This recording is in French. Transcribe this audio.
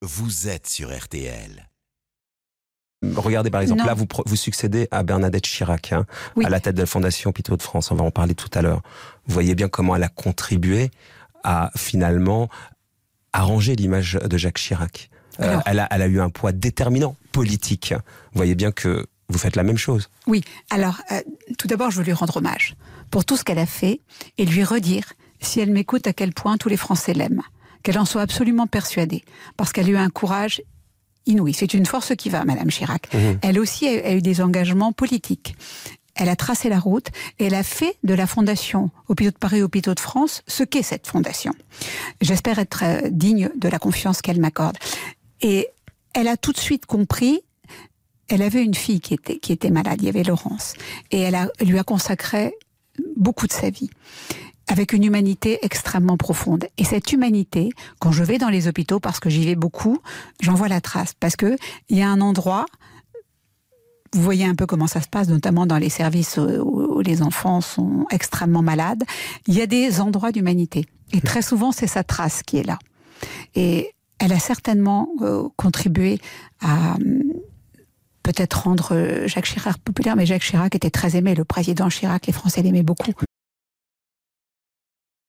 Vous êtes sur RTL. Regardez par exemple, Non. là vous succédez à Bernadette Chirac, Oui. à la tête de la Fondation Hôpitaux de France, on va en parler tout à l'heure. Vous voyez bien comment elle a contribué à finalement arranger l'image de Jacques Chirac. Elle a eu un poids déterminant, politique. Vous voyez bien que vous faites la même chose. Oui, alors tout d'abord je veux lui rendre hommage pour tout ce qu'elle a fait et lui redire, si elle m'écoute, à quel point tous les Français l'aiment, qu'elle en soit absolument persuadée, parce qu'elle a eu un courage inouï. C'est une force qui va, Madame Chirac. Elle aussi a eu des engagements politiques. Elle a tracé la route et elle a fait de la Fondation Hôpitaux de Paris, Hôpitaux de France, ce qu'est cette fondation. J'espère être digne de la confiance qu'elle m'accorde. Et elle a tout de suite compris. Elle avait une fille qui était malade, il y avait Laurence, et elle lui a consacré beaucoup de sa vie, avec une humanité extrêmement profonde. Et cette humanité, quand je vais dans les hôpitaux, parce que j'y vais beaucoup, j'en vois la trace, parce que il y a un endroit, vous voyez un peu comment ça se passe, notamment dans les services où les enfants sont extrêmement malades, il y a des endroits d'humanité. Et très souvent, c'est sa trace qui est là. Et elle a certainement contribué à peut-être rendre Jacques Chirac populaire, mais Jacques Chirac était très aimé. Le président Chirac, les Français l'aimaient beaucoup.